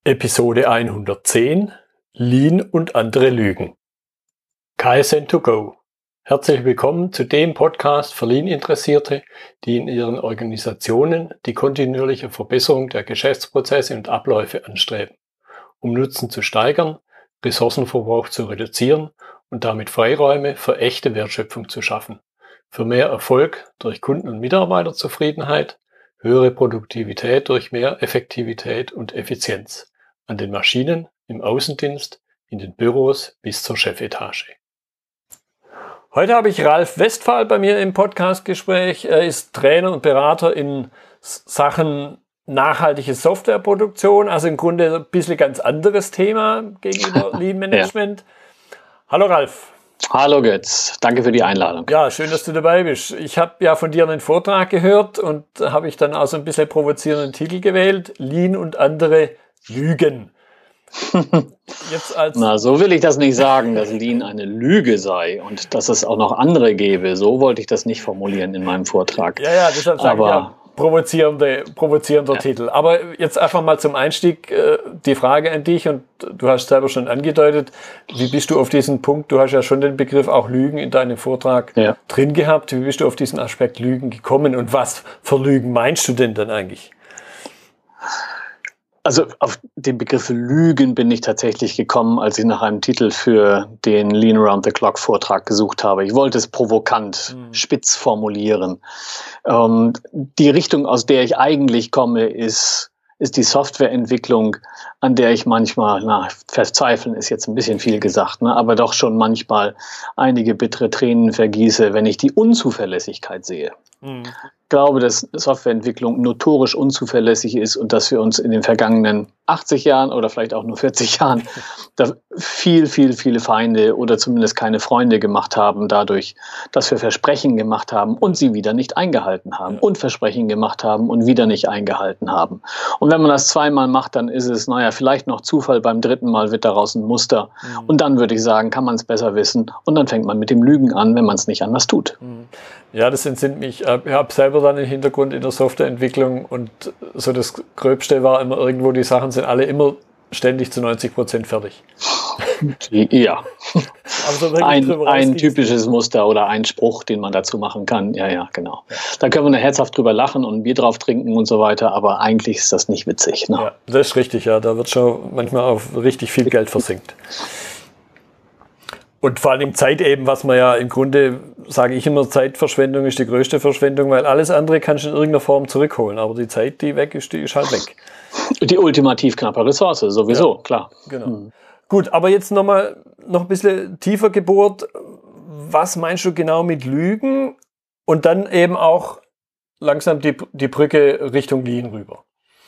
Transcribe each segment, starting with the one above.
Episode 110 Lean und andere Lügen. Kaizen2Go. Herzlich willkommen zu dem Podcast für Lean-Interessierte, die in ihren Organisationen die kontinuierliche Verbesserung der Geschäftsprozesse und Abläufe anstreben, um Nutzen zu steigern, Ressourcenverbrauch zu reduzieren und damit Freiräume für echte Wertschöpfung zu schaffen, für mehr Erfolg durch Kunden- und Mitarbeiterzufriedenheit, höhere Produktivität durch mehr Effektivität und Effizienz an den Maschinen, im Außendienst, in den Büros bis zur Chefetage. Heute habe ich Ralf Westphal bei mir im Podcastgespräch. Er ist Trainer und Berater in Sachen nachhaltige Softwareproduktion, also im Grunde ein bisschen ganz anderes Thema gegenüber Lean Management. Ja. Hallo Ralf. Hallo Götz, danke für die Einladung. Ja, schön, dass du dabei bist. Ich habe ja von dir einen Vortrag gehört und habe ich dann auch so ein bisschen provozierenden Titel gewählt, Lean und andere Lügen. Na, so will ich das nicht sagen, dass Lean eine Lüge sei und dass es auch noch andere gäbe. So wollte ich das nicht formulieren in meinem Vortrag. Ja, deshalb sage ich ja provozierender Titel. Aber jetzt einfach mal zum Einstieg die Frage an dich, und du hast selber schon angedeutet, wie bist du auf diesen Punkt, du hast ja schon den Begriff auch Lügen in deinem Vortrag drin gehabt, wie bist du auf diesen Aspekt Lügen gekommen und was für Lügen meinst du denn dann eigentlich? Also auf den Begriff Lügen bin ich tatsächlich gekommen, als ich nach einem Titel für den Lean Around the Clock Vortrag gesucht habe. Ich wollte es provokant, spitz formulieren. Die Richtung, aus der ich eigentlich komme, ist die Softwareentwicklung, an der ich manchmal, verzweifeln ist jetzt ein bisschen viel gesagt, aber doch schon manchmal einige bittere Tränen vergieße, wenn ich die Unzuverlässigkeit sehe. Ich glaube, dass Softwareentwicklung notorisch unzuverlässig ist und dass wir uns in den vergangenen 80 Jahren oder vielleicht auch nur 40 Jahren da viele Feinde oder zumindest keine Freunde gemacht haben, dadurch, dass wir Versprechen gemacht haben und sie wieder nicht eingehalten haben und Versprechen gemacht haben und wieder nicht eingehalten haben. Und wenn man das zweimal macht, dann ist es, vielleicht noch Zufall, beim dritten Mal wird daraus ein Muster. Und dann würde ich sagen, kann man es besser wissen und dann fängt man mit dem Lügen an, wenn man es nicht anders tut. Ja, das entsinnt mich. Ich habe selber dann einen Hintergrund in der Softwareentwicklung und so das Gröbste war immer irgendwo, die Sachen sind alle immer ständig zu 90% fertig. Ja, also ein typisches Muster oder ein Spruch, den man dazu machen kann. Ja, genau. Ja. Da können wir herzhaft drüber lachen und ein Bier drauf trinken und so weiter, aber eigentlich ist das nicht witzig. Ne? Ja, das ist richtig, ja. Da wird schon manchmal auf richtig viel Geld versinkt. Und vor allem Zeit eben, was man ja im Grunde, sage ich immer, Zeitverschwendung ist die größte Verschwendung, weil alles andere kannst du in irgendeiner Form zurückholen. Aber die Zeit, die weg ist, die ist halt weg. Die ultimativ knappe Ressource, sowieso, klar. Genau. Gut, aber jetzt noch ein bisschen tiefer gebohrt. Was meinst du genau mit Lügen? Und dann eben auch langsam die Brücke Richtung Lean rüber.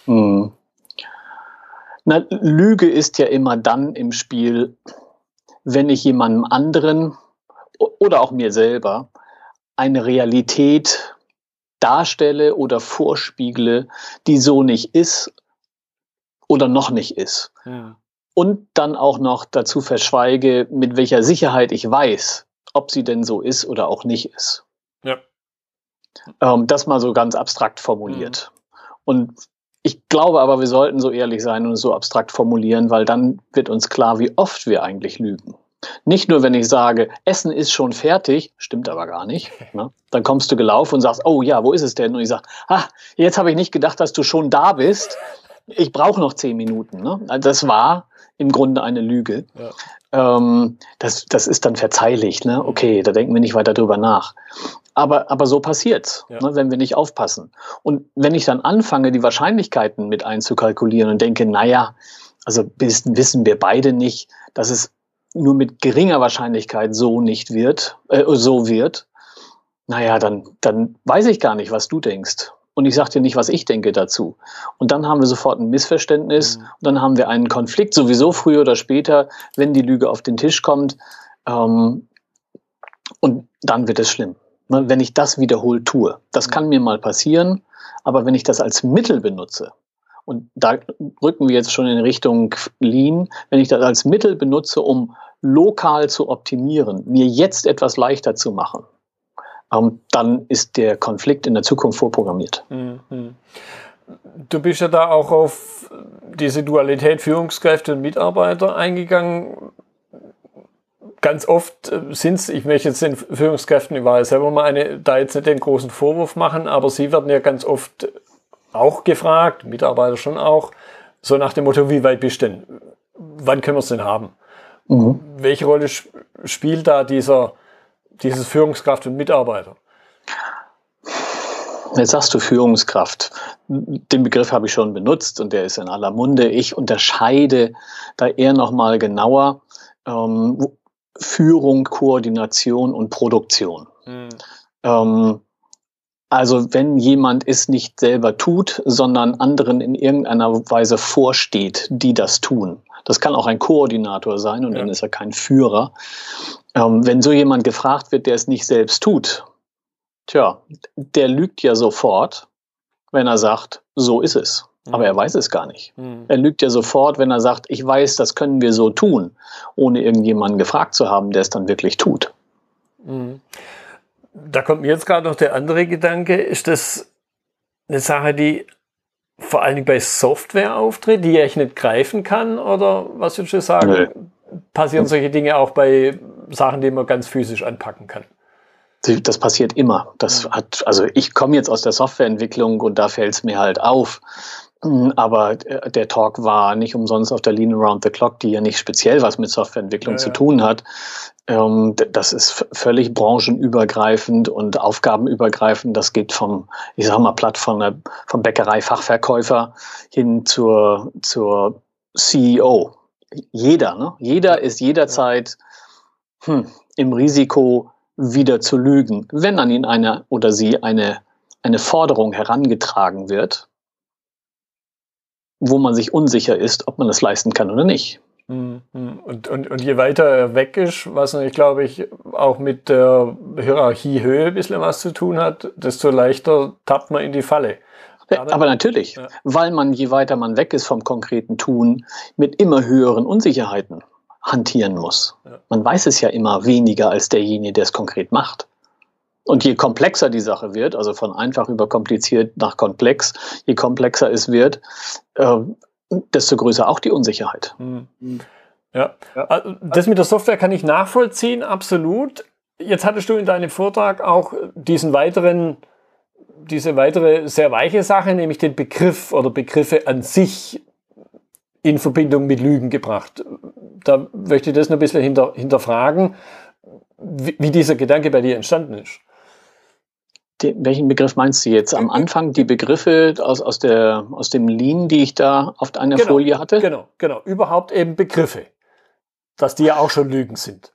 Lüge ist ja immer dann im Spiel, wenn ich jemandem anderen oder auch mir selber eine Realität darstelle oder vorspiegle, die so nicht ist oder noch nicht ist. Ja. Und dann auch noch dazu verschweige, mit welcher Sicherheit ich weiß, ob sie denn so ist oder auch nicht ist. Ja. Das mal so ganz abstrakt formuliert. Und ich glaube aber, wir sollten so ehrlich sein und so abstrakt formulieren, weil dann wird uns klar, wie oft wir eigentlich lügen. Nicht nur, wenn ich sage, Essen ist schon fertig, stimmt aber gar nicht. Ne? Dann kommst du gelaufen und sagst, oh ja, wo ist es denn? Und ich sage, jetzt habe ich nicht gedacht, dass du schon da bist. Ich brauche noch 10 Minuten. Ne? Das war im Grunde eine Lüge. Ja. Das ist dann verzeihlich. Ne? Okay, da denken wir nicht weiter drüber nach. Aber so passiert's, wenn wir nicht aufpassen. Und wenn ich dann anfange, die Wahrscheinlichkeiten mit einzukalkulieren und denke, also wissen wir beide nicht, dass es nur mit geringer Wahrscheinlichkeit so wird, dann weiß ich gar nicht, was du denkst. Und ich sage dir nicht, was ich denke dazu. Und dann haben wir sofort ein Missverständnis und dann haben wir einen Konflikt, sowieso früher oder später, wenn die Lüge auf den Tisch kommt. Und dann wird es schlimm. Wenn ich das wiederholt tue. Das kann mir mal passieren, aber wenn ich das als Mittel benutze, und da rücken wir jetzt schon in Richtung Lean, wenn ich das als Mittel benutze, um lokal zu optimieren, mir jetzt etwas leichter zu machen, dann ist der Konflikt in der Zukunft vorprogrammiert. du bist ja da auch auf diese Dualität Führungskräfte und Mitarbeiter eingegangen. Ganz oft sind es, ich möchte jetzt den Führungskräften, ich war ja selber mal da jetzt nicht den großen Vorwurf machen, aber sie werden ja ganz oft auch gefragt, Mitarbeiter schon auch, so nach dem Motto, wie weit bist du denn? Wann können wir es denn haben? Mhm. Welche Rolle spielt da dieses Führungskraft und Mitarbeiter? Jetzt sagst du Führungskraft. Den Begriff habe ich schon benutzt und der ist in aller Munde. Ich unterscheide da eher nochmal genauer Führung, Koordination und Produktion. Also wenn jemand es nicht selber tut, sondern anderen in irgendeiner Weise vorsteht, die das tun. Das kann auch ein Koordinator sein und dann ist er kein Führer. Wenn so jemand gefragt wird, der es nicht selbst tut, der lügt ja sofort, wenn er sagt, so ist es. Aber er weiß es gar nicht. Er lügt ja sofort, wenn er sagt, ich weiß, das können wir so tun, ohne irgendjemanden gefragt zu haben, der es dann wirklich tut. Da kommt mir jetzt gerade noch der andere Gedanke. Ist das eine Sache, die vor allen Dingen bei Software auftritt, die ich nicht greifen kann? Oder was würdest du sagen? Nö. Passieren solche Dinge auch bei Sachen, die man ganz physisch anpacken kann? Das passiert immer. Also ich komme jetzt aus der Softwareentwicklung und da fällt es mir halt auf. Aber der Talk war nicht umsonst auf der Lean Around the Clock, die ja nicht speziell was mit Softwareentwicklung zu tun hat. Das ist völlig branchenübergreifend und aufgabenübergreifend. Das geht vom Bäckerei-Fachverkäufer hin zur CEO. Jeder ist jederzeit im Risiko, wieder zu lügen, wenn an ihn eine oder sie eine Forderung herangetragen wird, wo man sich unsicher ist, ob man es leisten kann oder nicht. Und je weiter er weg ist, was natürlich, glaube ich, auch mit der Hierarchiehöhe ein bisschen was zu tun hat, desto leichter tappt man in die Falle. Aber natürlich, weil man, je weiter man weg ist vom konkreten Tun, mit immer höheren Unsicherheiten hantieren muss. Man weiß es ja immer weniger als derjenige, der es konkret macht. Und je komplexer die Sache wird, also von einfach über kompliziert nach komplex, je komplexer es wird, desto größer auch die Unsicherheit. Ja, also das mit der Software kann ich nachvollziehen, absolut. Jetzt hattest du in deinem Vortrag auch diese weitere sehr weiche Sache, nämlich den Begriff oder Begriffe an sich in Verbindung mit Lügen gebracht. Da möchte ich das noch ein bisschen hinterfragen, wie dieser Gedanke bei dir entstanden ist. Welchen Begriff meinst du jetzt? Am Anfang die Begriffe aus dem Lean, die ich da auf einer Folie hatte? Genau. Überhaupt eben Begriffe. Dass die ja auch schon Lügen sind.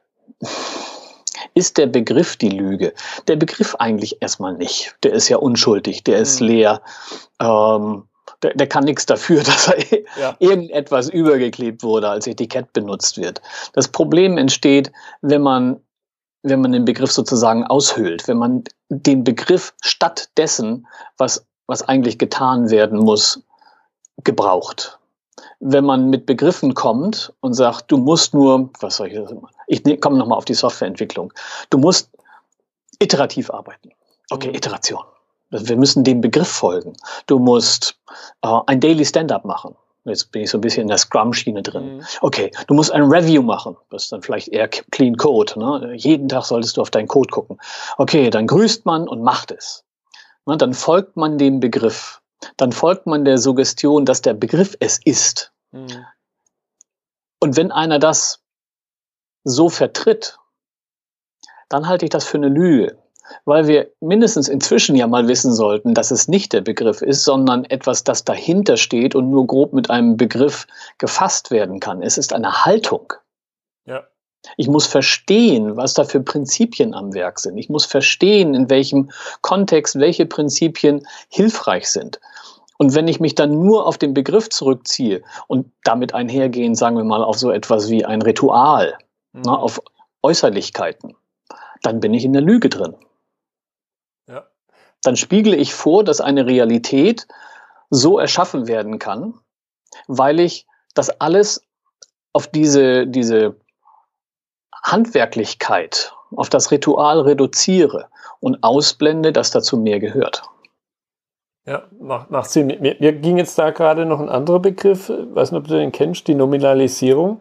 Ist der Begriff die Lüge? Der Begriff eigentlich erstmal nicht. Der ist ja unschuldig, der ist leer. Der kann nichts dafür, dass irgendetwas übergeklebt wurde, als Etikett benutzt wird. Das Problem entsteht, wenn man den Begriff sozusagen aushöhlt, wenn man den Begriff stattdessen, was eigentlich getan werden muss, gebraucht. Wenn man mit Begriffen kommt und sagt, du musst nur, ich komme nochmal auf die Softwareentwicklung, du musst iterativ arbeiten. Okay, Iteration. Wir müssen dem Begriff folgen. Du musst ein Daily Stand-up machen. Jetzt bin ich so ein bisschen in der Scrum-Schiene drin. Okay, du musst ein Review machen. Das ist dann vielleicht eher Clean Code. Ne? Jeden Tag solltest du auf deinen Code gucken. Okay, dann grüßt man und macht es. Ne? Dann folgt man dem Begriff. Dann folgt man der Suggestion, dass der Begriff es ist. Und wenn einer das so vertritt, dann halte ich das für eine Lüge. Weil wir mindestens inzwischen ja mal wissen sollten, dass es nicht der Begriff ist, sondern etwas, das dahinter steht und nur grob mit einem Begriff gefasst werden kann. Es ist eine Haltung. Ja. Ich muss verstehen, was da für Prinzipien am Werk sind. Ich muss verstehen, in welchem Kontext welche Prinzipien hilfreich sind. Und wenn ich mich dann nur auf den Begriff zurückziehe und damit einhergehen, sagen wir mal, auf so etwas wie ein Ritual, auf Äußerlichkeiten, dann bin ich in der Lüge drin. Ja. Dann spiegle ich vor, dass eine Realität so erschaffen werden kann, weil ich das alles auf diese Handwerklichkeit, auf das Ritual reduziere und ausblende, dass dazu mehr gehört. Ja, macht Sinn. Mir ging jetzt da gerade noch ein anderer Begriff, weiß nicht, ob du den kennst, die Nominalisierung.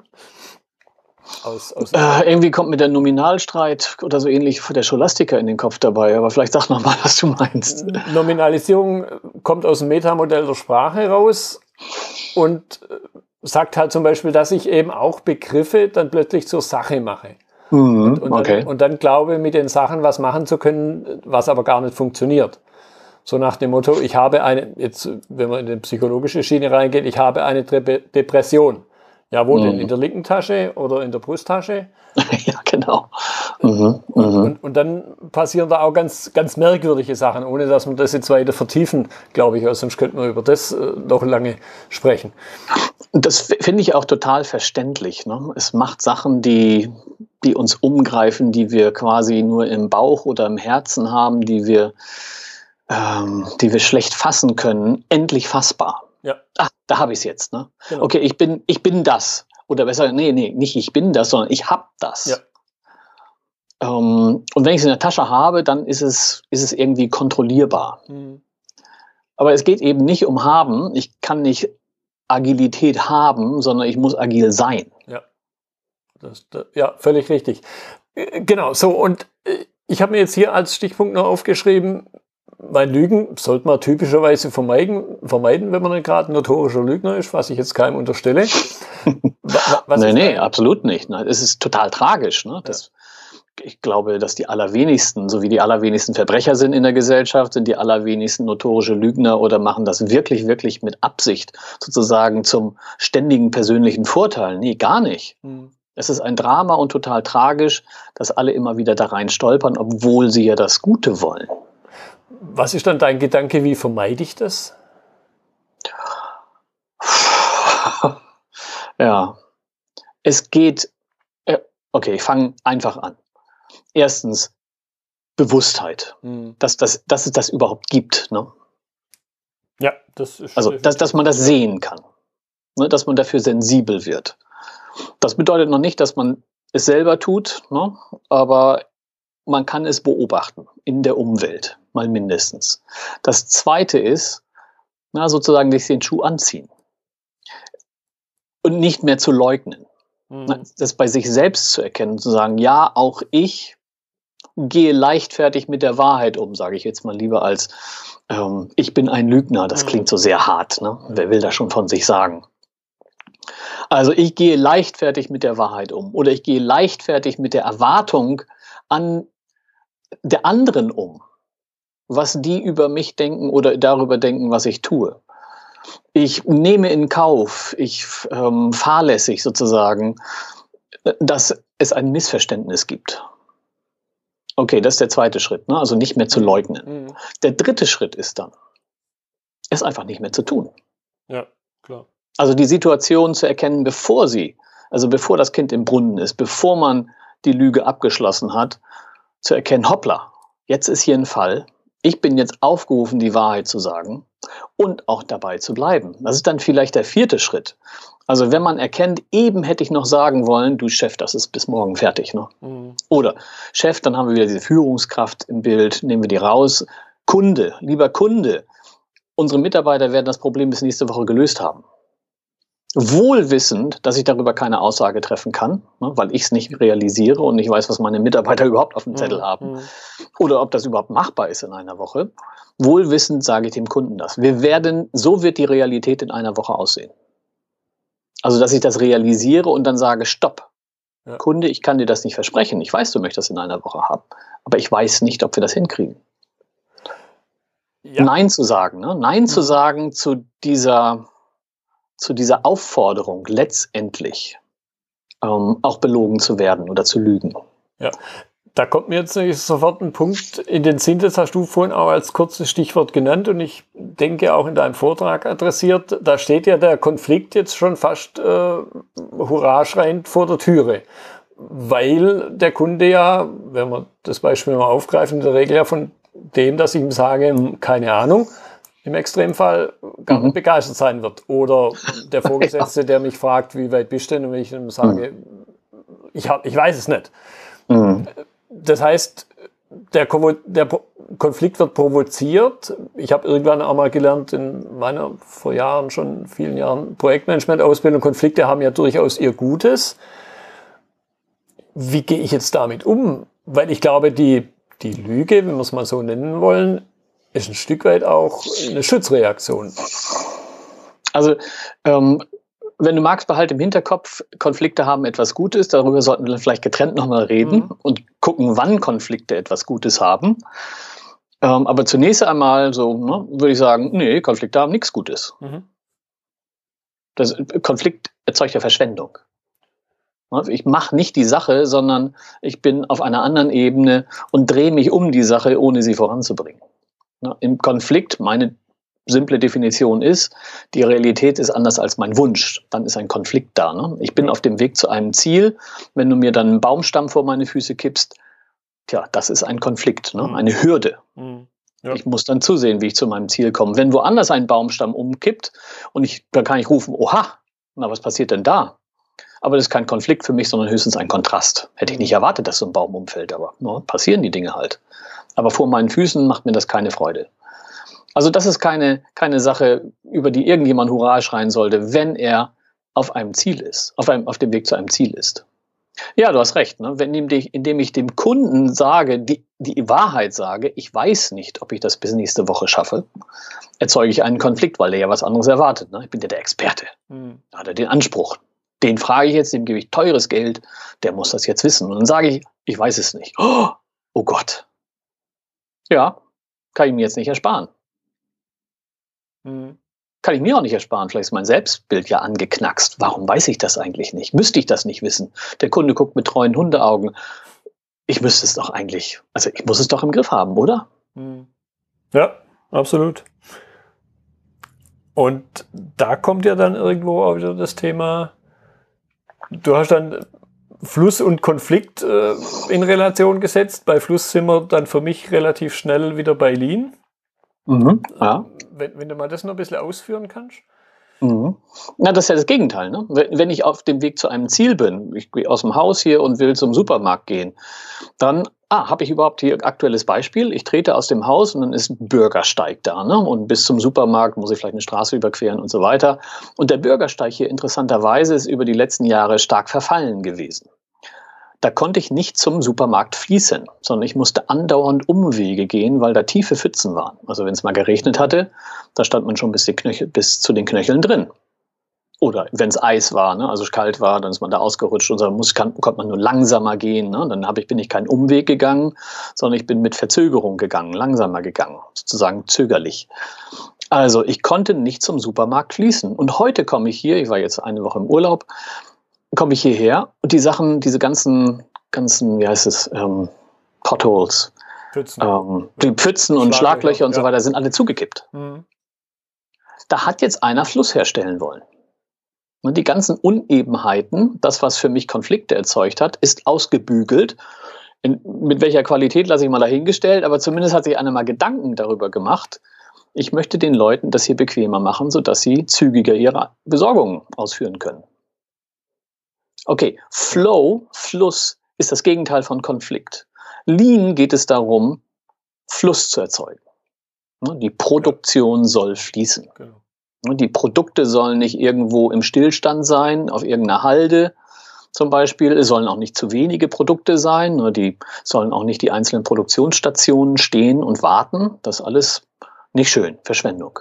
Irgendwie kommt mir der Nominalstreit oder so ähnlich der Scholastiker in den Kopf dabei, aber vielleicht sag noch mal, was du meinst. Nominalisierung kommt aus dem Metamodell der Sprache raus und sagt halt zum Beispiel, dass ich eben auch Begriffe dann plötzlich zur Sache mache. Und dann glaube, mit den Sachen was machen zu können, was aber gar nicht funktioniert. So nach dem Motto, ich habe jetzt, wenn man in die psychologische Schiene reingeht, ich habe eine Depression. Ja, wo denn? In der linken Tasche oder in der Brusttasche? Ja, genau. Und dann passieren da auch ganz, ganz merkwürdige Sachen, ohne dass wir das jetzt weiter vertiefen, glaube ich, sonst könnten wir über das noch lange sprechen. Das finde ich auch total verständlich. Ne? Es macht Sachen, die uns umgreifen, die wir quasi nur im Bauch oder im Herzen haben, die wir schlecht fassen können, endlich fassbar. Ja. Ach, da habe ich es jetzt. Ne? Genau. Okay, ich bin das. Oder besser, nee, nicht ich bin das, sondern ich habe das. Ja. Und wenn ich es in der Tasche habe, dann ist es irgendwie kontrollierbar. Aber es geht eben nicht um haben. Ich kann nicht Agilität haben, sondern ich muss agil sein. Ja, ja, völlig richtig. Genau, so und ich habe mir jetzt hier als Stichpunkt noch aufgeschrieben, mein Lügen sollte man typischerweise vermeiden, wenn man nicht gerade ein notorischer Lügner ist, was ich jetzt keinem unterstelle. Nee, absolut nicht. Es ist total tragisch. Ne? Ich glaube, dass die allerwenigsten, so wie die allerwenigsten Verbrecher sind in der Gesellschaft, sind die allerwenigsten notorische Lügner oder machen das wirklich, wirklich mit Absicht sozusagen zum ständigen persönlichen Vorteil. Nee, gar nicht. Es ist ein Drama und total tragisch, dass alle immer wieder da rein stolpern, obwohl sie ja das Gute wollen. Was ist dann dein Gedanke, wie vermeide ich das? Ja, es geht, okay, ich fange einfach an. Erstens, Bewusstheit, dass es das überhaupt gibt. Ne? Ja, das ist also, dass man das sehen kann, ne? Dass man dafür sensibel wird. Das bedeutet noch nicht, dass man es selber tut, ne? Aber man kann es beobachten in der Umwelt, mal mindestens. Das Zweite ist, sozusagen sich den Schuh anziehen und nicht mehr zu leugnen. Das bei sich selbst zu erkennen, zu sagen, ja, auch ich gehe leichtfertig mit der Wahrheit um, sage ich jetzt mal lieber als ich bin ein Lügner. Das klingt so sehr hart. Ne? Wer will das schon von sich sagen? Also ich gehe leichtfertig mit der Wahrheit um oder ich gehe leichtfertig mit der Erwartung an der anderen um, was die über mich denken oder darüber denken, was ich tue. Ich nehme in Kauf, ich fahrlässig sozusagen, dass es ein Missverständnis gibt. Okay, das ist der zweite Schritt, ne? Also nicht mehr zu leugnen. Der dritte Schritt ist dann, es einfach nicht mehr zu tun. Ja, klar. Also die Situation zu erkennen, bevor das Kind im Brunnen ist, bevor man die Lüge abgeschlossen hat, zu erkennen, hoppla, jetzt ist hier ein Fall, ich bin jetzt aufgerufen, die Wahrheit zu sagen und auch dabei zu bleiben. Das ist dann vielleicht der vierte Schritt. Also wenn man erkennt, eben hätte ich noch sagen wollen, du Chef, das ist bis morgen fertig. Ne? Oder Chef, dann haben wir wieder diese Führungskraft im Bild, nehmen wir die raus. Kunde, lieber Kunde, unsere Mitarbeiter werden das Problem bis nächste Woche gelöst haben. Wohl wissend, dass ich darüber keine Aussage treffen kann, ne, weil ich es nicht realisiere und nicht weiß, was meine Mitarbeiter überhaupt auf dem Zettel haben oder ob das überhaupt machbar ist in einer Woche. Wohl wissend sage ich dem Kunden das. So wird die Realität in einer Woche aussehen. Also, dass ich das realisiere und dann sage, stopp. Ja. Kunde, ich kann dir das nicht versprechen. Ich weiß, du möchtest das in einer Woche haben, aber ich weiß nicht, ob wir das hinkriegen. Ja. Nein zu sagen, ne? Nein zu sagen zu dieser Aufforderung, letztendlich auch belogen zu werden oder zu lügen. Ja, da kommt mir jetzt sofort ein Punkt in den Sinn, das hast du vorhin auch als kurzes Stichwort genannt und ich denke auch in deinem Vortrag adressiert, da steht ja der Konflikt jetzt schon fast hurraschreiend vor der Türe, weil der Kunde ja, wenn wir das Beispiel mal aufgreifen, in der Regel ja von dem, dass ich ihm sage, keine Ahnung, im Extremfall gar nicht begeistert sein wird. Oder der Vorgesetzte, der mich fragt, wie weit bist du denn? Und wenn ich ihm sage, ich weiß es nicht. Das heißt, Konflikt wird provoziert. Ich habe irgendwann auch mal gelernt, in meiner vor Jahren, schon vielen Jahren Projektmanagement-Ausbildung, Konflikte haben ja durchaus ihr Gutes. Wie gehe ich jetzt damit um? Weil ich glaube, die Lüge, wenn wir es mal so nennen wollen, ist ein Stück weit auch eine Schutzreaktion. Also, wenn du magst, behalte im Hinterkopf, Konflikte haben etwas Gutes. Darüber sollten wir vielleicht getrennt nochmal reden und gucken, wann Konflikte etwas Gutes haben. Aber zunächst einmal würde ich sagen, nee, Konflikte haben nichts Gutes. Konflikt erzeugt ja Verschwendung. Ich mache nicht die Sache, sondern ich bin auf einer anderen Ebene und drehe mich um die Sache, ohne sie voranzubringen. Im Konflikt, meine simple Definition ist, die Realität ist anders als mein Wunsch. Dann ist ein Konflikt da. Ne? Ich bin auf dem Weg zu einem Ziel. Wenn du mir dann einen Baumstamm vor meine Füße kippst, das ist ein Konflikt, ne? Eine Hürde. Ja. Ich muss dann zusehen, wie ich zu meinem Ziel komme. Wenn woanders ein Baumstamm umkippt und dann kann ich rufen, oha, na, was passiert denn da? Aber das ist kein Konflikt für mich, sondern höchstens ein Kontrast. Hätte ich nicht erwartet, dass so ein Baum umfällt, aber passieren die Dinge halt. Aber vor meinen Füßen macht mir das keine Freude. Also das ist keine Sache, über die irgendjemand Hurra schreien sollte, wenn er auf einem Ziel ist, auf dem Weg zu einem Ziel ist. Ja, du hast recht. Ne? Indem ich dem Kunden sage, die Wahrheit sage, ich weiß nicht, ob ich das bis nächste Woche schaffe, erzeuge ich einen Konflikt, weil der ja was anderes erwartet. Ne? Ich bin ja der Experte. Da hat er den Anspruch. Den frage ich jetzt, dem gebe ich teures Geld, der muss das jetzt wissen. Und dann sage ich weiß es nicht. Oh Gott. Ja, kann ich mir jetzt nicht ersparen. Kann ich mir auch nicht ersparen. Vielleicht ist mein Selbstbild ja angeknackst. Warum weiß ich das eigentlich nicht? Müsste ich das nicht wissen? Der Kunde guckt mit treuen Hundeaugen. Ich müsste es doch eigentlich, also ich muss es doch im Griff haben, oder? Ja, absolut. Und da kommt ja dann irgendwo auch wieder das Thema, du hast dann Fluss und Konflikt in Relation gesetzt. Bei Fluss sind wir dann für mich relativ schnell wieder bei Lean. Ja. Wenn du mal das noch ein bisschen ausführen kannst. Na, das ist ja das Gegenteil. Ne? Wenn ich auf dem Weg zu einem Ziel bin, ich gehe aus dem Haus hier und will zum Supermarkt gehen, dann habe ich überhaupt hier ein aktuelles Beispiel. Ich trete aus dem Haus und dann ist ein Bürgersteig da. Ne? Und bis zum Supermarkt muss ich vielleicht eine Straße überqueren und so weiter. Und der Bürgersteig hier interessanterweise ist über die letzten Jahre stark verfallen gewesen. Da konnte ich nicht zum Supermarkt fließen, sondern ich musste andauernd Umwege gehen, weil da tiefe Pfützen waren. Also wenn es mal geregnet hatte, da stand man schon bis zu den Knöcheln drin. Oder wenn es Eis war, ne, also kalt war, dann ist man da ausgerutscht und so konnte man nur langsamer gehen. Ne? Dann bin ich keinen Umweg gegangen, sondern ich bin mit Verzögerung gegangen, langsamer gegangen, sozusagen zögerlich. Also ich konnte nicht zum Supermarkt fließen. Und heute komme ich hier, ich war jetzt eine Woche im Urlaub, komme ich hierher und diese ganzen, wie heißt es, Potholes, die Pfützen und Schlaglöcher und so weiter sind alle zugekippt. Da hat jetzt einer Fluss herstellen wollen. Und die ganzen Unebenheiten, das, was für mich Konflikte erzeugt hat, ist ausgebügelt. Mit welcher Qualität lasse ich mal dahingestellt, aber zumindest hat sich einer mal Gedanken darüber gemacht. Ich möchte den Leuten das hier bequemer machen, sodass sie zügiger ihre Besorgungen ausführen können. Okay, Fluss ist das Gegenteil von Konflikt. Lean geht es darum, Fluss zu erzeugen. Die Produktion soll fließen. Genau. Die Produkte sollen nicht irgendwo im Stillstand sein, auf irgendeiner Halde zum Beispiel. Es sollen auch nicht zu wenige Produkte sein. Die sollen auch nicht die einzelnen Produktionsstationen stehen und warten. Das ist alles nicht schön, Verschwendung.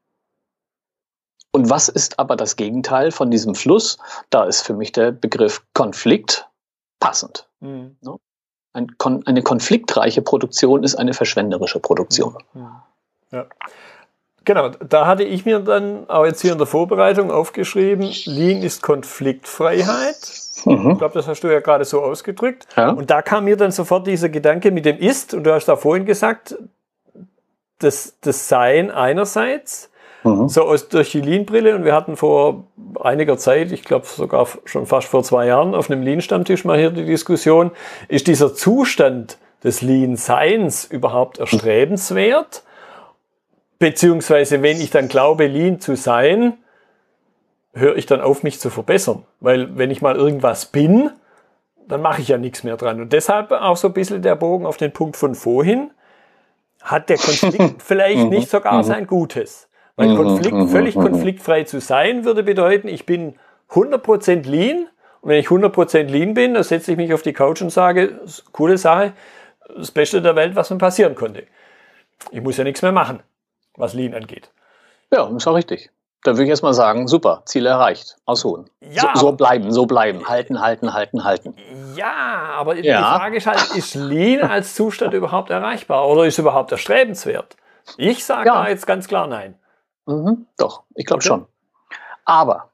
Und was ist aber das Gegenteil von diesem Fluss? Da ist für mich der Begriff Konflikt passend. Eine konfliktreiche Produktion ist eine verschwenderische Produktion. Ja. Genau, da hatte ich mir dann auch jetzt hier in der Vorbereitung aufgeschrieben, Lean ist Konfliktfreiheit. Ich glaube, das hast du ja gerade so ausgedrückt. Ja. Und da kam mir dann sofort dieser Gedanke mit dem Ist, und du hast da vorhin gesagt, das Sein einerseits, so durch die Lean-Brille, und wir hatten vor einiger Zeit, ich glaube sogar schon fast vor 2 Jahren, auf einem Lean-Stammtisch mal hier die Diskussion, ist dieser Zustand des Lean-Seins überhaupt erstrebenswert? Beziehungsweise, wenn ich dann glaube, Lean zu sein, höre ich dann auf, mich zu verbessern. Weil wenn ich mal irgendwas bin, dann mache ich ja nichts mehr dran. Und deshalb auch so ein bisschen der Bogen auf den Punkt von vorhin. hat der Konflikt vielleicht nicht sogar sein Gutes. Weil völlig konfliktfrei zu sein, würde bedeuten, ich bin 100% Lean. Und wenn ich 100% Lean bin, dann setze ich mich auf die Couch und sage, coole Sache, das Beste der Welt, was mir passieren konnte. Ich muss ja nichts mehr machen, was Lean angeht. Ja, ist auch richtig. Da würde ich erstmal sagen, super, Ziel erreicht, ausruhen. Ja, so bleiben, halten. Ja, aber die Frage ist halt, ist Lean als Zustand überhaupt erreichbar oder ist überhaupt erstrebenswert? Ich sage da jetzt ganz klar nein. Doch, ich glaube schon. Aber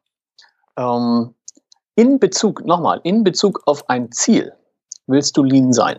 in Bezug auf ein Ziel willst du Lean sein.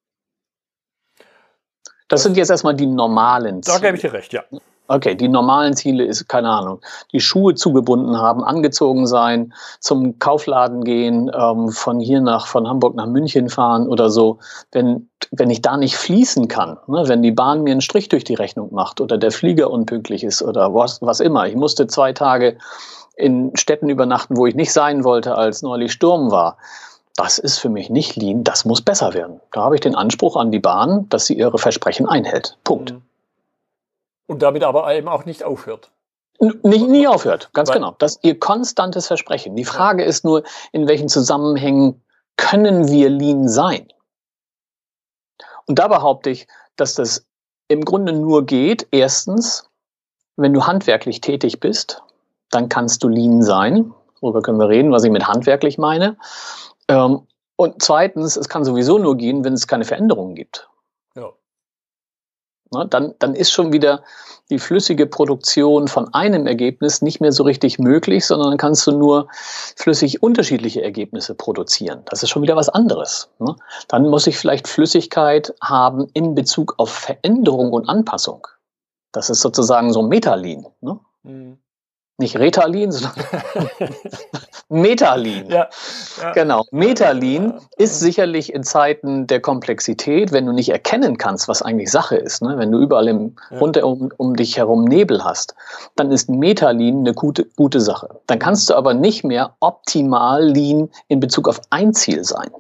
Das sind jetzt erstmal die normalen Ziele. Da gebe ich dir recht, ja. Okay, die normalen Ziele ist, keine Ahnung, die Schuhe zugebunden haben, angezogen sein, zum Kaufladen gehen, von Hamburg nach München fahren oder so. Wenn ich da nicht fließen kann, ne, wenn die Bahn mir einen Strich durch die Rechnung macht oder der Flieger unpünktlich ist oder was immer. Ich musste 2 Tage in Städten übernachten, wo ich nicht sein wollte, als neulich Sturm war. Das ist für mich nicht Lean, das muss besser werden. Da habe ich den Anspruch an die Bahn, dass sie ihre Versprechen einhält. Punkt. Und damit aber eben auch nicht aufhört. Nie aufhört, ganz genau. Das ist ihr konstantes Versprechen. Die Frage ist nur, in welchen Zusammenhängen können wir Lean sein? Und da behaupte ich, dass das im Grunde nur geht, erstens, wenn du handwerklich tätig bist, dann kannst du Lean sein. Darüber können wir reden, was ich mit handwerklich meine. Und zweitens, es kann sowieso nur gehen, wenn es keine Veränderungen gibt. Ja. Na, dann ist schon wieder die flüssige Produktion von einem Ergebnis nicht mehr so richtig möglich, sondern dann kannst du nur flüssig unterschiedliche Ergebnisse produzieren. Das ist schon wieder was anderes. Ne? Dann muss ich vielleicht Flüssigkeit haben in Bezug auf Veränderung und Anpassung. Das ist sozusagen so Meta-Lean. Ne? Nicht Retalin, sondern Meta-Lean. Ja. Genau. Meta-Lean ist sicherlich in Zeiten der Komplexität, wenn du nicht erkennen kannst, was eigentlich Sache ist, ne? Wenn du überall runter um dich herum Nebel hast, dann ist Meta-Lean eine gute Sache. Dann kannst du aber nicht mehr optimal Lean in Bezug auf ein Ziel sein.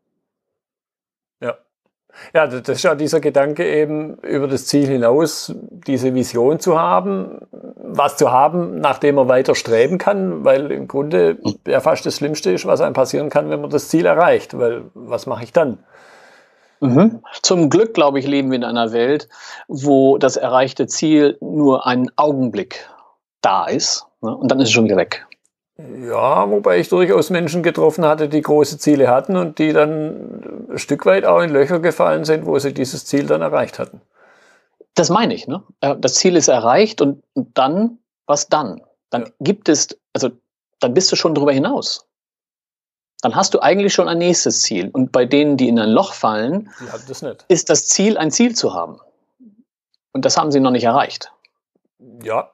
Ja, das ist ja dieser Gedanke eben, über das Ziel hinaus diese Vision zu haben, was zu haben, nachdem man weiter streben kann, weil im Grunde ja fast das Schlimmste ist, was einem passieren kann, wenn man das Ziel erreicht, weil was mache ich dann? Zum Glück, glaube ich, leben wir in einer Welt, wo das erreichte Ziel nur einen Augenblick da ist, ne? Und dann ist es schon wieder weg. Ja, wobei ich durchaus Menschen getroffen hatte, die große Ziele hatten und die dann ein Stück weit auch in Löcher gefallen sind, wo sie dieses Ziel dann erreicht hatten. Das meine ich, ne? Das Ziel ist erreicht und dann, was dann? Dann dann bist du schon drüber hinaus. Dann hast du eigentlich schon ein nächstes Ziel. Und bei denen, die in ein Loch fallen, ist das Ziel, ein Ziel zu haben. Und das haben sie noch nicht erreicht. Ja.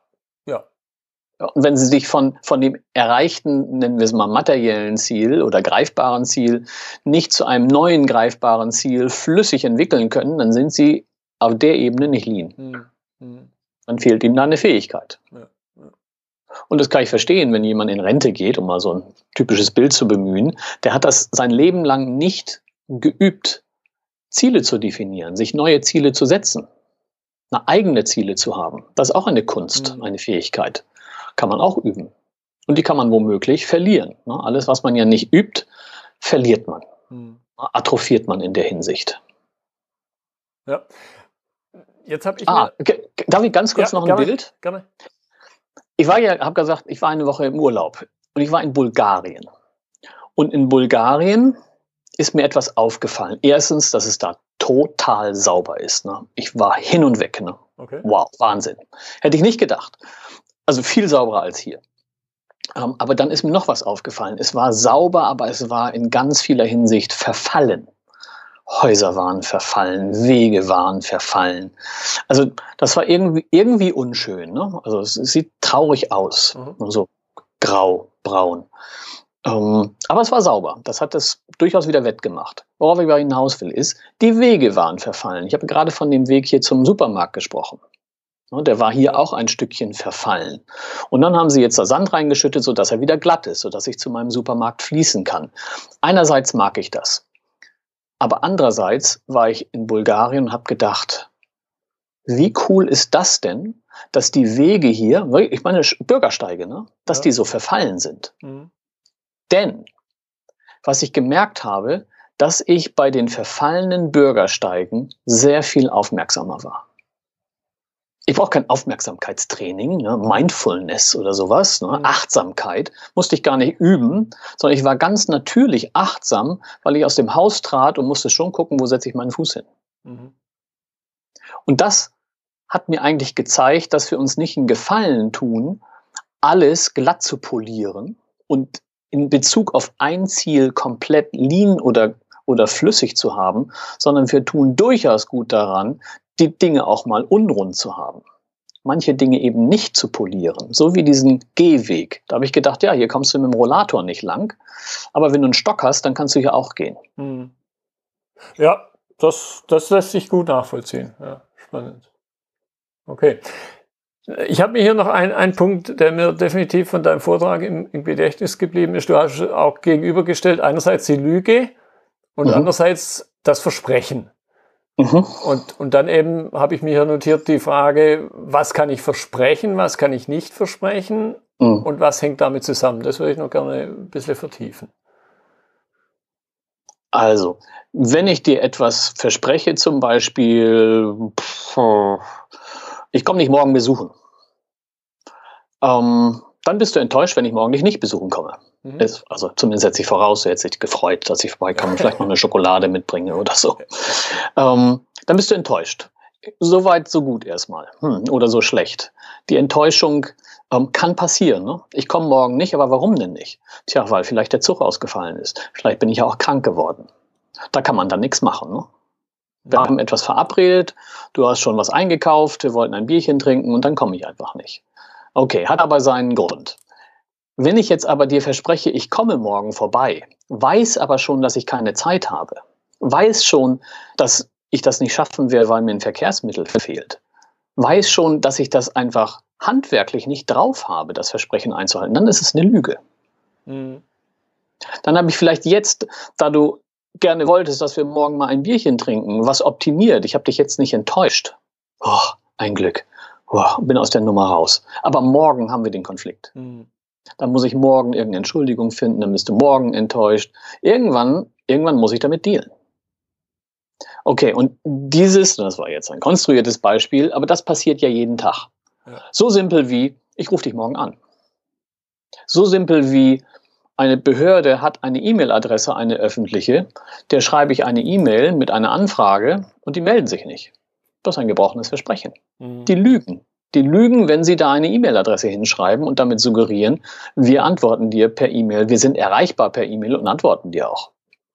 Und wenn sie sich von dem erreichten, nennen wir es mal materiellen Ziel oder greifbaren Ziel, nicht zu einem neuen greifbaren Ziel flüssig entwickeln können, dann sind sie auf der Ebene nicht Lean. Dann fehlt ihnen da eine Fähigkeit. Und das kann ich verstehen, wenn jemand in Rente geht, um mal so ein typisches Bild zu bemühen, der hat das sein Leben lang nicht geübt, Ziele zu definieren, sich neue Ziele zu setzen, eigene Ziele zu haben. Das ist auch eine Kunst, eine Fähigkeit. Kann man auch üben. Und die kann man womöglich verlieren. Alles, was man ja nicht übt, verliert man. Atrophiert man in der Hinsicht. Ja. Jetzt habe ich darf ich ganz kurz noch ein Bild? Gerne. Ich habe gesagt, ich war eine Woche im Urlaub und ich war in Bulgarien. Und in Bulgarien ist mir etwas aufgefallen. Erstens, dass es da total sauber ist. Ne? Ich war hin und weg. Ne? Okay. Wow, Wahnsinn. Hätte ich nicht gedacht. Also viel sauberer als hier. Aber dann ist mir noch was aufgefallen. Es war sauber, aber es war in ganz vieler Hinsicht verfallen. Häuser waren verfallen, Wege waren verfallen. Also das war irgendwie unschön. Ne? Also es sieht traurig aus. So grau, braun. Aber es war sauber. Das hat das durchaus wieder wettgemacht. Worauf ich aber hinaus will, ist, die Wege waren verfallen. Ich habe gerade von dem Weg hier zum Supermarkt gesprochen. Der war hier auch ein Stückchen verfallen. Und dann haben sie jetzt da Sand reingeschüttet, sodass er wieder glatt ist, sodass ich zu meinem Supermarkt fließen kann. Einerseits mag ich das. Aber andererseits war ich in Bulgarien und habe gedacht, wie cool ist das denn, dass die Wege hier, ich meine Bürgersteige, ne, dass die so verfallen sind. Mhm. Denn, was ich gemerkt habe, dass ich bei den verfallenen Bürgersteigen sehr viel aufmerksamer war. Ich brauche kein Aufmerksamkeitstraining, ne, Mindfulness oder sowas, ne, Achtsamkeit, musste ich gar nicht üben, sondern ich war ganz natürlich achtsam, weil ich aus dem Haus trat und musste schon gucken, wo setze ich meinen Fuß hin. Mhm. Und das hat mir eigentlich gezeigt, dass wir uns nicht einen Gefallen tun, alles glatt zu polieren und in Bezug auf ein Ziel komplett lean oder flüssig zu haben, sondern wir tun durchaus gut daran, die Dinge auch mal unrund zu haben. Manche Dinge eben nicht zu polieren, so wie diesen Gehweg. Da habe ich gedacht, ja, hier kommst du mit dem Rollator nicht lang, aber wenn du einen Stock hast, dann kannst du hier auch gehen. Hm. Ja, das lässt sich gut nachvollziehen. Ja, spannend. Okay. Ich habe mir hier noch einen Punkt, der mir definitiv von deinem Vortrag im Gedächtnis geblieben ist. Du hast auch gegenübergestellt, einerseits die Lüge und andererseits das Versprechen. Mhm. Und dann eben habe ich mir hier notiert die Frage, was kann ich versprechen, was kann ich nicht versprechen und was hängt damit zusammen? Das würde ich noch gerne ein bisschen vertiefen. Also, wenn ich dir etwas verspreche, zum Beispiel, ich komme nicht morgen besuchen, dann bist du enttäuscht, wenn ich morgen dich nicht besuchen komme. Mhm. Also zumindest setze ich voraus, du hättest dich gefreut, dass ich vorbeikomme, vielleicht noch eine Schokolade mitbringe oder so. Dann bist du enttäuscht. So weit, so gut erstmal. Oder so schlecht. Die Enttäuschung kann passieren. Ne? Ich komme morgen nicht, aber warum denn nicht? Tja, weil vielleicht der Zug ausgefallen ist. Vielleicht bin ich ja auch krank geworden. Da kann man dann nichts machen. Ne? Wir haben etwas verabredet, du hast schon was eingekauft, wir wollten ein Bierchen trinken und dann komme ich einfach nicht. Okay, hat aber seinen Grund. Wenn ich jetzt aber dir verspreche, ich komme morgen vorbei, weiß aber schon, dass ich keine Zeit habe, weiß schon, dass ich das nicht schaffen werde, weil mir ein Verkehrsmittel fehlt, weiß schon, dass ich das einfach handwerklich nicht drauf habe, das Versprechen einzuhalten, dann ist es eine Lüge. Mhm. Dann habe ich vielleicht jetzt, da du gerne wolltest, dass wir morgen mal ein Bierchen trinken, was optimiert. Ich habe dich jetzt nicht enttäuscht. Oh, ein Glück. Oh, bin aus der Nummer raus. Aber morgen haben wir den Konflikt. Mhm. Dann muss ich morgen irgendeine Entschuldigung finden, dann bist du morgen enttäuscht. Irgendwann muss ich damit dealen. Okay, und das war jetzt ein konstruiertes Beispiel, aber das passiert ja jeden Tag. Ja. So simpel wie, ich rufe dich morgen an. So simpel wie, eine Behörde hat eine E-Mail-Adresse, eine öffentliche, der schreibe ich eine E-Mail mit einer Anfrage und die melden sich nicht. Das ist ein gebrochenes Versprechen. Mhm. Die lügen. Die lügen, wenn sie da eine E-Mail-Adresse hinschreiben und damit suggerieren, wir antworten dir per E-Mail, wir sind erreichbar per E-Mail und antworten dir auch.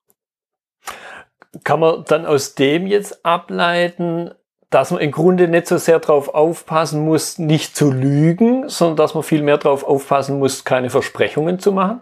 Kann man dann aus dem jetzt ableiten, dass man im Grunde nicht so sehr darauf aufpassen muss, nicht zu lügen, sondern dass man viel mehr darauf aufpassen muss, keine Versprechungen zu machen?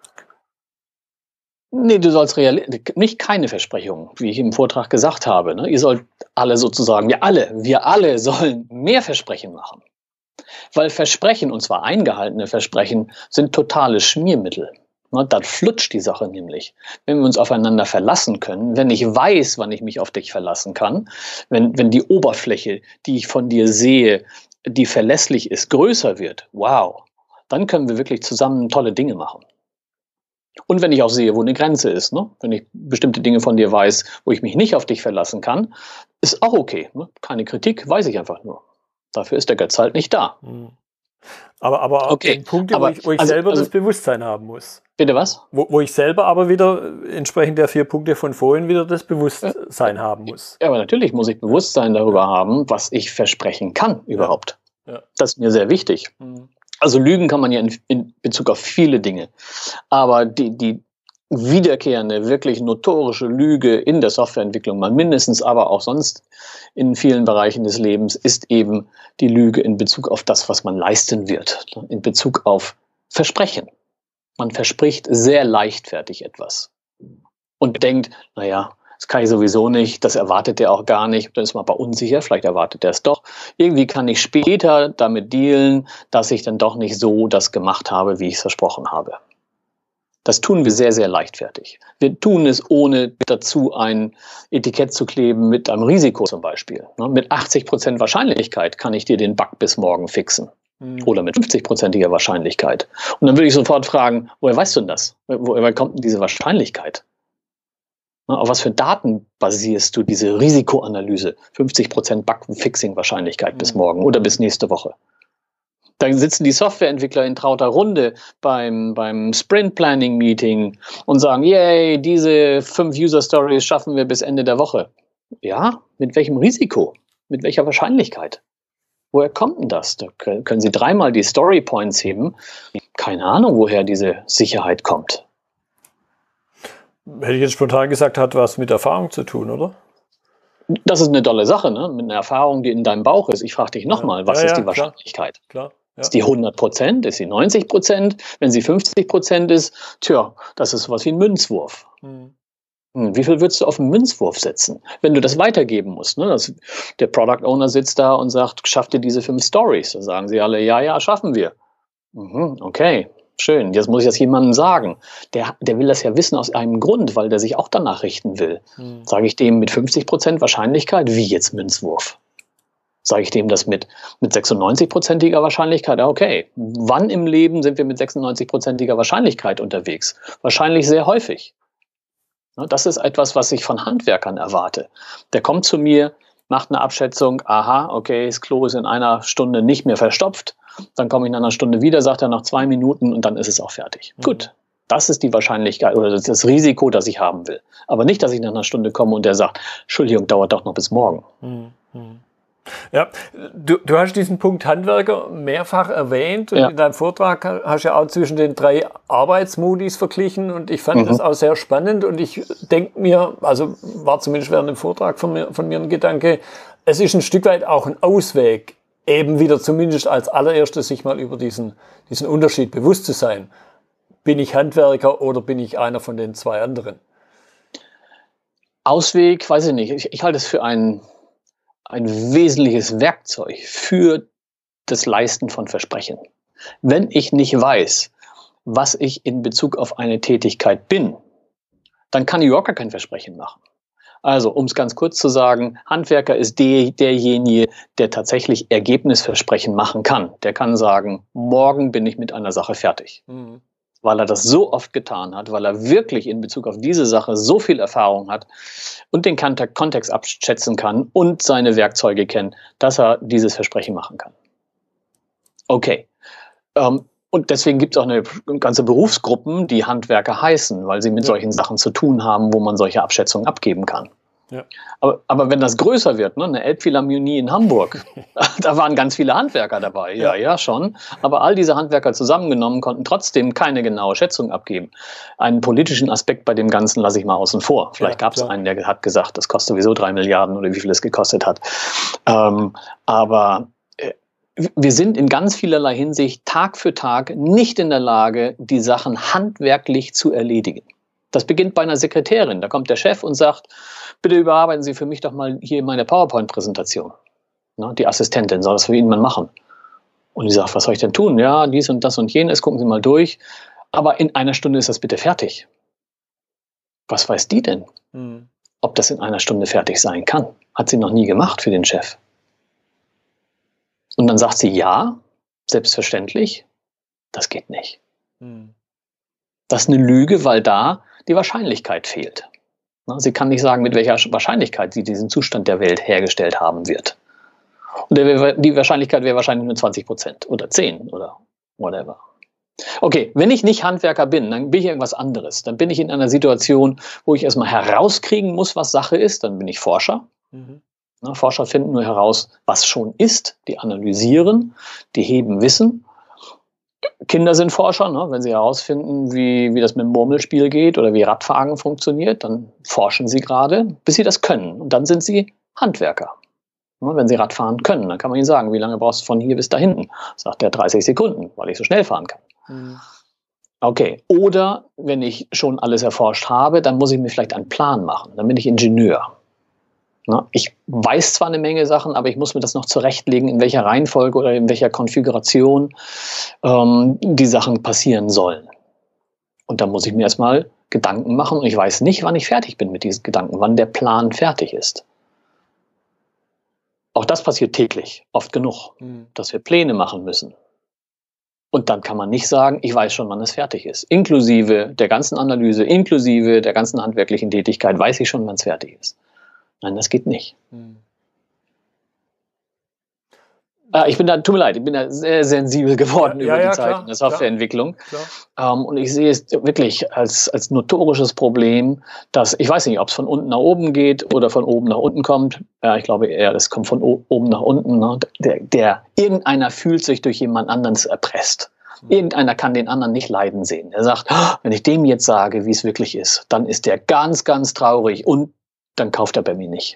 Nee, du sollst nicht keine Versprechungen, wie ich im Vortrag gesagt habe. Ne? Ihr sollt alle sozusagen, wir alle sollen mehr Versprechen machen. Weil Versprechen, und zwar eingehaltene Versprechen, sind totale Schmiermittel. Ne? Dann flutscht die Sache nämlich. Wenn wir uns aufeinander verlassen können, wenn ich weiß, wann ich mich auf dich verlassen kann, wenn die Oberfläche, die ich von dir sehe, die verlässlich ist, größer wird, wow, dann können wir wirklich zusammen tolle Dinge machen. Und wenn ich auch sehe, wo eine Grenze ist, ne? Wenn ich bestimmte Dinge von dir weiß, wo ich mich nicht auf dich verlassen kann, ist auch okay. Ne? Keine Kritik, weiß ich einfach nur. Dafür ist der Götz halt nicht da. Aber okay. Punkte, wo ich selber das Bewusstsein haben muss. Bitte was? Wo ich selber aber wieder entsprechend der 4 Punkte von vorhin wieder das Bewusstsein haben muss. Ja, aber natürlich muss ich Bewusstsein darüber haben, was ich versprechen kann überhaupt. Ja. Das ist mir sehr wichtig. Also lügen kann man ja in Bezug auf viele Dinge. Aber die wiederkehrende, wirklich notorische Lüge in der Softwareentwicklung, mal mindestens, aber auch sonst in vielen Bereichen des Lebens, ist eben die Lüge in Bezug auf das, was man leisten wird. In Bezug auf Versprechen. Man verspricht sehr leichtfertig etwas und denkt, naja, das kann ich sowieso nicht, das erwartet er auch gar nicht, dann ist man aber unsicher, vielleicht erwartet er es doch. Irgendwie kann ich später damit dealen, dass ich dann doch nicht so das gemacht habe, wie ich es versprochen habe. Das tun wir sehr, sehr leichtfertig. Wir tun es, ohne dazu ein Etikett zu kleben mit einem Risiko zum Beispiel. Mit 80% Wahrscheinlichkeit kann ich dir den Bug bis morgen fixen. Oder mit 50%iger Wahrscheinlichkeit. Und dann würde ich sofort fragen, woher weißt du denn das? Woher kommt denn diese Wahrscheinlichkeit? Auf was für Daten basierst du diese Risikoanalyse? 50% Bug-Fixing-Wahrscheinlichkeit bis morgen oder bis nächste Woche. Da sitzen die Softwareentwickler in trauter Runde beim Sprint-Planning-Meeting und sagen, yay, diese 5 User-Stories schaffen wir bis Ende der Woche. Ja, mit welchem Risiko? Mit welcher Wahrscheinlichkeit? Woher kommt denn das? Da können Sie 3-mal die Story-Points heben. Keine Ahnung, woher diese Sicherheit kommt. Hätte ich jetzt spontan gesagt, hat was mit Erfahrung zu tun, oder? Das ist eine tolle Sache, ne? Mit einer Erfahrung, die in deinem Bauch ist. Ich frage dich nochmal, was ist die Wahrscheinlichkeit? Klar. Ja. Ist die 100%? Ist sie 90%? Wenn sie 50% ist, das ist sowas wie ein Münzwurf. Wie viel würdest du auf einen Münzwurf setzen, wenn du das weitergeben musst? Ne? Der Product Owner sitzt da und sagt, schafft ihr diese 5 Stories? Dann sagen sie alle, ja, schaffen wir. Okay, schön. Jetzt muss ich das jemandem sagen. Der will das ja wissen aus einem Grund, weil der sich auch danach richten will. Sage ich dem mit 50% Wahrscheinlichkeit, wie jetzt Münzwurf? Sage ich dem das mit 96%iger Wahrscheinlichkeit? Okay. Wann im Leben sind wir mit 96%iger Wahrscheinlichkeit unterwegs? Wahrscheinlich sehr häufig. Das ist etwas, was ich von Handwerkern erwarte. Der kommt zu mir, macht eine Abschätzung, aha, okay, das Klo ist in einer Stunde nicht mehr verstopft. Dann komme ich in einer Stunde wieder, sagt er nach 2 Minuten und dann ist es auch fertig. Gut, das ist die Wahrscheinlichkeit oder das Risiko, das ich haben will. Aber nicht, dass ich nach einer Stunde komme und der sagt, Entschuldigung, dauert doch noch bis morgen. Ja, du hast diesen Punkt Handwerker mehrfach erwähnt und in deinem Vortrag hast du ja auch zwischen den 3 Arbeitsmodis verglichen und ich fand das auch sehr spannend und ich denke mir, also war zumindest während dem Vortrag von mir ein Gedanke, es ist ein Stück weit auch ein Ausweg, eben wieder zumindest als allererstes sich mal über diesen Unterschied bewusst zu sein. Bin ich Handwerker oder bin ich einer von den 2 anderen? Ausweg, weiß ich nicht. Ich halte es für ein wesentliches Werkzeug für das Leisten von Versprechen. Wenn ich nicht weiß, was ich in Bezug auf eine Tätigkeit bin, dann kann ich überhaupt gar kein Versprechen machen. Also, um es ganz kurz zu sagen, Handwerker ist derjenige, der tatsächlich Ergebnisversprechen machen kann. Der kann sagen, morgen bin ich mit einer Sache fertig. Weil er das so oft getan hat, weil er wirklich in Bezug auf diese Sache so viel Erfahrung hat und den Kontext abschätzen kann und seine Werkzeuge kennt, dass er dieses Versprechen machen kann. Okay. Und deswegen gibt es auch eine ganze Berufsgruppen, die Handwerker heißen, weil sie mit solchen Sachen zu tun haben, wo man solche Abschätzungen abgeben kann. Ja. Aber wenn das größer wird, ne, eine Elbphilharmonie in Hamburg, da waren ganz viele Handwerker dabei, ja schon. Aber all diese Handwerker zusammengenommen konnten trotzdem keine genaue Schätzung abgeben. Einen politischen Aspekt bei dem Ganzen lasse ich mal außen vor. Vielleicht gab es einen, der hat gesagt, das kostet sowieso 3 Milliarden oder wie viel es gekostet hat. Aber wir sind in ganz vielerlei Hinsicht Tag für Tag nicht in der Lage, die Sachen handwerklich zu erledigen. Das beginnt bei einer Sekretärin. Da kommt der Chef und sagt, bitte überarbeiten Sie für mich doch mal hier meine PowerPoint-Präsentation. Die Assistentin soll das für ihn mal machen. Und die sagt, was soll ich denn tun? Ja, dies und das und jenes, gucken Sie mal durch. Aber in einer Stunde ist das bitte fertig. Was weiß die denn? Ob das in einer Stunde fertig sein kann? Hat sie noch nie gemacht für den Chef. Und dann sagt sie, ja, selbstverständlich, das geht nicht. Das ist eine Lüge, weil da die Wahrscheinlichkeit fehlt. Sie kann nicht sagen, mit welcher Wahrscheinlichkeit sie diesen Zustand der Welt hergestellt haben wird. Und die Wahrscheinlichkeit wäre wahrscheinlich nur 20% oder 10 oder whatever. Okay, wenn ich nicht Handwerker bin, dann bin ich irgendwas anderes. Dann bin ich in einer Situation, wo ich erstmal herauskriegen muss, was Sache ist. Dann bin ich Forscher. Forscher finden nur heraus, was schon ist. Die analysieren, die heben Wissen. Kinder sind Forscher, ne? Wenn sie herausfinden, wie das mit dem Murmelspiel geht oder wie Radfahren funktioniert, dann forschen sie gerade, bis sie das können. Und dann sind sie Handwerker. Wenn sie Radfahren können, dann kann man ihnen sagen, wie lange brauchst du von hier bis da hinten? Sagt er 30 Sekunden, weil ich so schnell fahren kann. Okay, oder wenn ich schon alles erforscht habe, dann muss ich mir vielleicht einen Plan machen. Dann bin ich Ingenieur. Ich weiß zwar eine Menge Sachen, aber ich muss mir das noch zurechtlegen, in welcher Reihenfolge oder in welcher Konfiguration die Sachen passieren sollen. Und da muss ich mir erstmal Gedanken machen und ich weiß nicht, wann ich fertig bin mit diesen Gedanken, wann der Plan fertig ist. Auch das passiert täglich, oft genug, dass wir Pläne machen müssen. Und dann kann man nicht sagen, ich weiß schon, wann es fertig ist. Inklusive der ganzen Analyse, inklusive der ganzen handwerklichen Tätigkeit, weiß ich schon, wann es fertig ist. Nein, das geht nicht. Tut mir leid, ich bin da sehr sensibel geworden über die Zeit in der Softwareentwicklung. Und ich sehe es wirklich als notorisches Problem, dass, ich weiß nicht, ob es von unten nach oben geht oder von oben nach unten kommt. Ja, ich glaube eher, das kommt von oben nach unten. Ne? Irgendeiner fühlt sich durch jemand anderen erpresst. Irgendeiner kann den anderen nicht leiden sehen. Er sagt, wenn ich dem jetzt sage, wie es wirklich ist, dann ist der ganz, ganz traurig und dann kauft er bei mir nicht.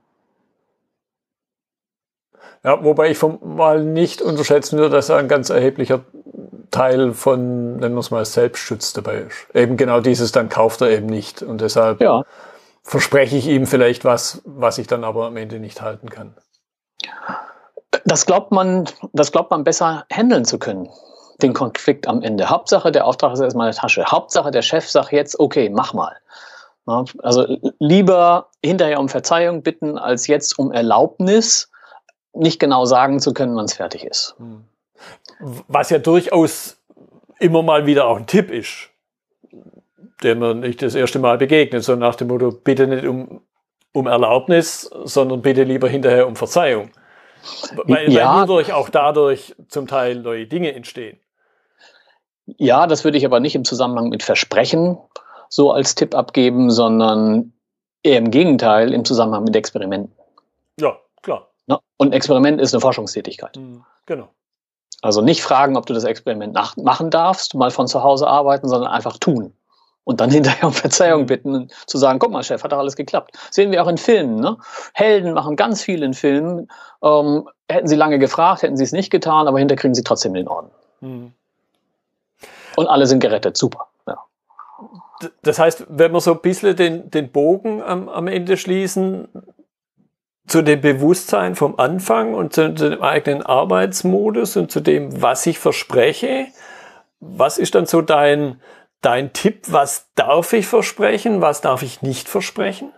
Ja, wobei ich mal nicht unterschätzen würde, dass ein ganz erheblicher Teil von, nennen wir es mal, Selbstschutz dabei ist. Eben genau dieses, dann kauft er eben nicht. Und deshalb verspreche ich ihm vielleicht was ich dann aber am Ende nicht halten kann. Das glaubt man besser handeln zu können, den Konflikt am Ende. Hauptsache, der Auftrag ist erstmal in der Tasche. Hauptsache, der Chef sagt jetzt, okay, mach mal. Also lieber hinterher um Verzeihung bitten, als jetzt um Erlaubnis, nicht genau sagen zu können, wann es fertig ist. Was ja durchaus immer mal wieder auch ein Tipp ist, der mir nicht das erste Mal begegnet, so nach dem Motto, bitte nicht um Erlaubnis, sondern bitte lieber hinterher um Verzeihung. Weil auch dadurch zum Teil neue Dinge entstehen. Ja, das würde ich aber nicht im Zusammenhang mit Versprechen so als Tipp abgeben, sondern eher im Gegenteil, im Zusammenhang mit Experimenten. Ja, klar. Und Experiment ist eine Forschungstätigkeit. Genau. Also nicht fragen, ob du das Experiment machen darfst, mal von zu Hause arbeiten, sondern einfach tun. Und dann hinterher um Verzeihung bitten und zu sagen, guck mal, Chef, hat doch alles geklappt. Sehen wir auch in Filmen. Ne? Helden machen ganz viel in Filmen. Hätten sie lange gefragt, hätten sie es nicht getan, aber hinterher kriegen sie trotzdem den Orden. Und alle sind gerettet. Super. Ja. Das heißt, wenn wir so ein bisschen den Bogen am Ende schließen, zu dem Bewusstsein vom Anfang und zu dem eigenen Arbeitsmodus und zu dem, was ich verspreche, was ist dann so dein Tipp? Was darf ich versprechen? Was darf ich nicht versprechen?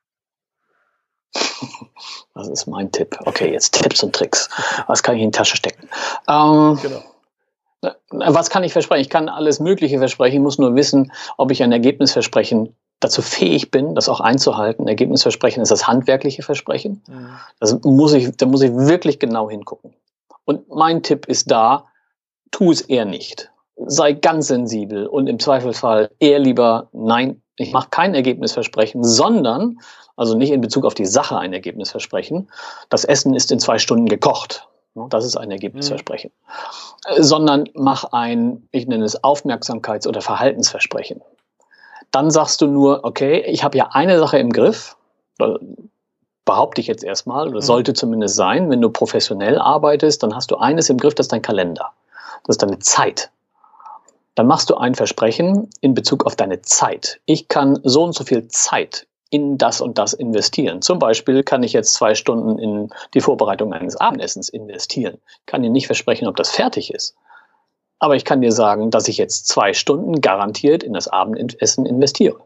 Das ist mein Tipp. Okay, jetzt Tipps und Tricks. Was kann ich in die Tasche stecken? Genau. Was kann ich versprechen? Ich kann alles Mögliche versprechen. Ich muss nur wissen, ob ich ein Ergebnisversprechen dazu fähig bin, das auch einzuhalten. Ergebnisversprechen ist das handwerkliche Versprechen. Da muss ich wirklich genau hingucken. Und mein Tipp ist da, tu es eher nicht. Sei ganz sensibel und im Zweifelsfall eher lieber, nein, ich mache kein Ergebnisversprechen, sondern, also nicht in Bezug auf die Sache ein Ergebnisversprechen, das Essen ist in 2 Stunden gekocht. Das ist ein Ergebnisversprechen. Sondern mach ich nenne es Aufmerksamkeits- oder Verhaltensversprechen. Dann sagst du nur, okay, ich habe ja eine Sache im Griff, behaupte ich jetzt erstmal, oder sollte zumindest sein, wenn du professionell arbeitest, dann hast du eines im Griff, das ist dein Kalender. Das ist deine Zeit. Dann machst du ein Versprechen in Bezug auf deine Zeit. Ich kann so und so viel Zeit in das und das investieren. Zum Beispiel kann ich jetzt 2 Stunden in die Vorbereitung eines Abendessens investieren. Ich kann dir nicht versprechen, ob das fertig ist. Aber ich kann dir sagen, dass ich jetzt 2 Stunden garantiert in das Abendessen investiere.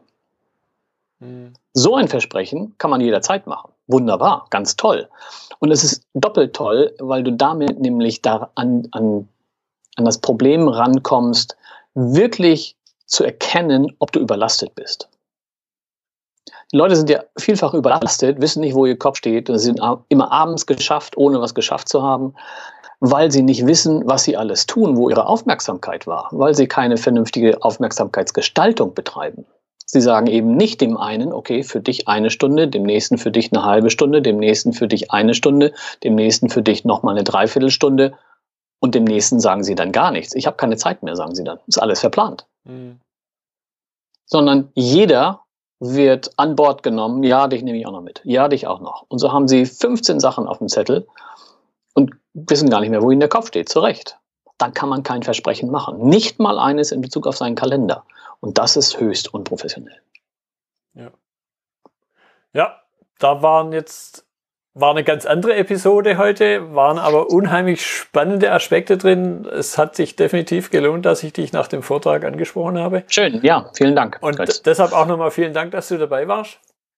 So ein Versprechen kann man jederzeit machen. Wunderbar, ganz toll. Und es ist doppelt toll, weil du damit nämlich an das Problem rankommst, wirklich zu erkennen, ob du überlastet bist. Die Leute sind ja vielfach überlastet, wissen nicht, wo ihr Kopf steht, und sind immer abends geschafft, ohne was geschafft zu haben, weil sie nicht wissen, was sie alles tun, wo ihre Aufmerksamkeit war, weil sie keine vernünftige Aufmerksamkeitsgestaltung betreiben. Sie sagen eben nicht dem einen, okay, für dich 1 Stunde, dem nächsten für dich eine halbe Stunde, dem nächsten für dich 1 Stunde, dem nächsten für dich nochmal eine Dreiviertelstunde und dem nächsten sagen sie dann gar nichts. Ich habe keine Zeit mehr, sagen sie dann. Ist alles verplant. Sondern jeder wird an Bord genommen, ja, dich nehme ich auch noch mit, ja, dich auch noch. Und so haben sie 15 Sachen auf dem Zettel und wissen gar nicht mehr, wo ihnen der Kopf steht, zurecht. Dann kann man kein Versprechen machen. Nicht mal eines in Bezug auf seinen Kalender. Und das ist höchst unprofessionell. Ja, da waren jetzt war eine ganz andere Episode heute, waren aber unheimlich spannende Aspekte drin. Es hat sich definitiv gelohnt, dass ich dich nach dem Vortrag angesprochen habe. Schön, ja, vielen Dank. Und deshalb auch nochmal vielen Dank, dass du dabei warst.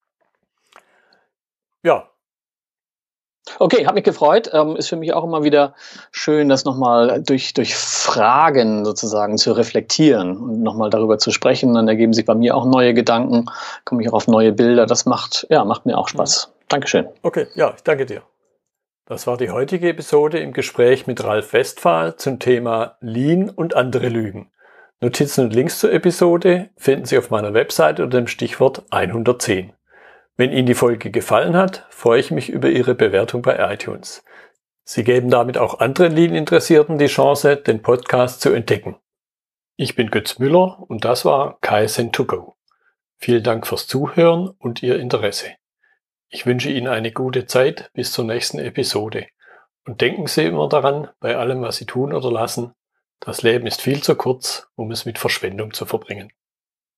Ja. Okay, hat mich gefreut. Ist für mich auch immer wieder schön, das nochmal durch Fragen sozusagen zu reflektieren und nochmal darüber zu sprechen. Dann ergeben sich bei mir auch neue Gedanken, komme ich auch auf neue Bilder. Das macht mir auch Spaß. Dankeschön. Okay, ja, ich danke dir. Das war die heutige Episode im Gespräch mit Ralf Westphal zum Thema Lean und andere Lügen. Notizen und Links zur Episode finden Sie auf meiner Webseite unter dem Stichwort 110. Wenn Ihnen die Folge gefallen hat, freue ich mich über Ihre Bewertung bei iTunes. Sie geben damit auch anderen Lean-Interessierten die Chance, den Podcast zu entdecken. Ich bin Götz Müller und das war Kaizen2Go. Vielen Dank fürs Zuhören und Ihr Interesse. Ich wünsche Ihnen eine gute Zeit bis zur nächsten Episode. Und denken Sie immer daran, bei allem, was Sie tun oder lassen, das Leben ist viel zu kurz, um es mit Verschwendung zu verbringen.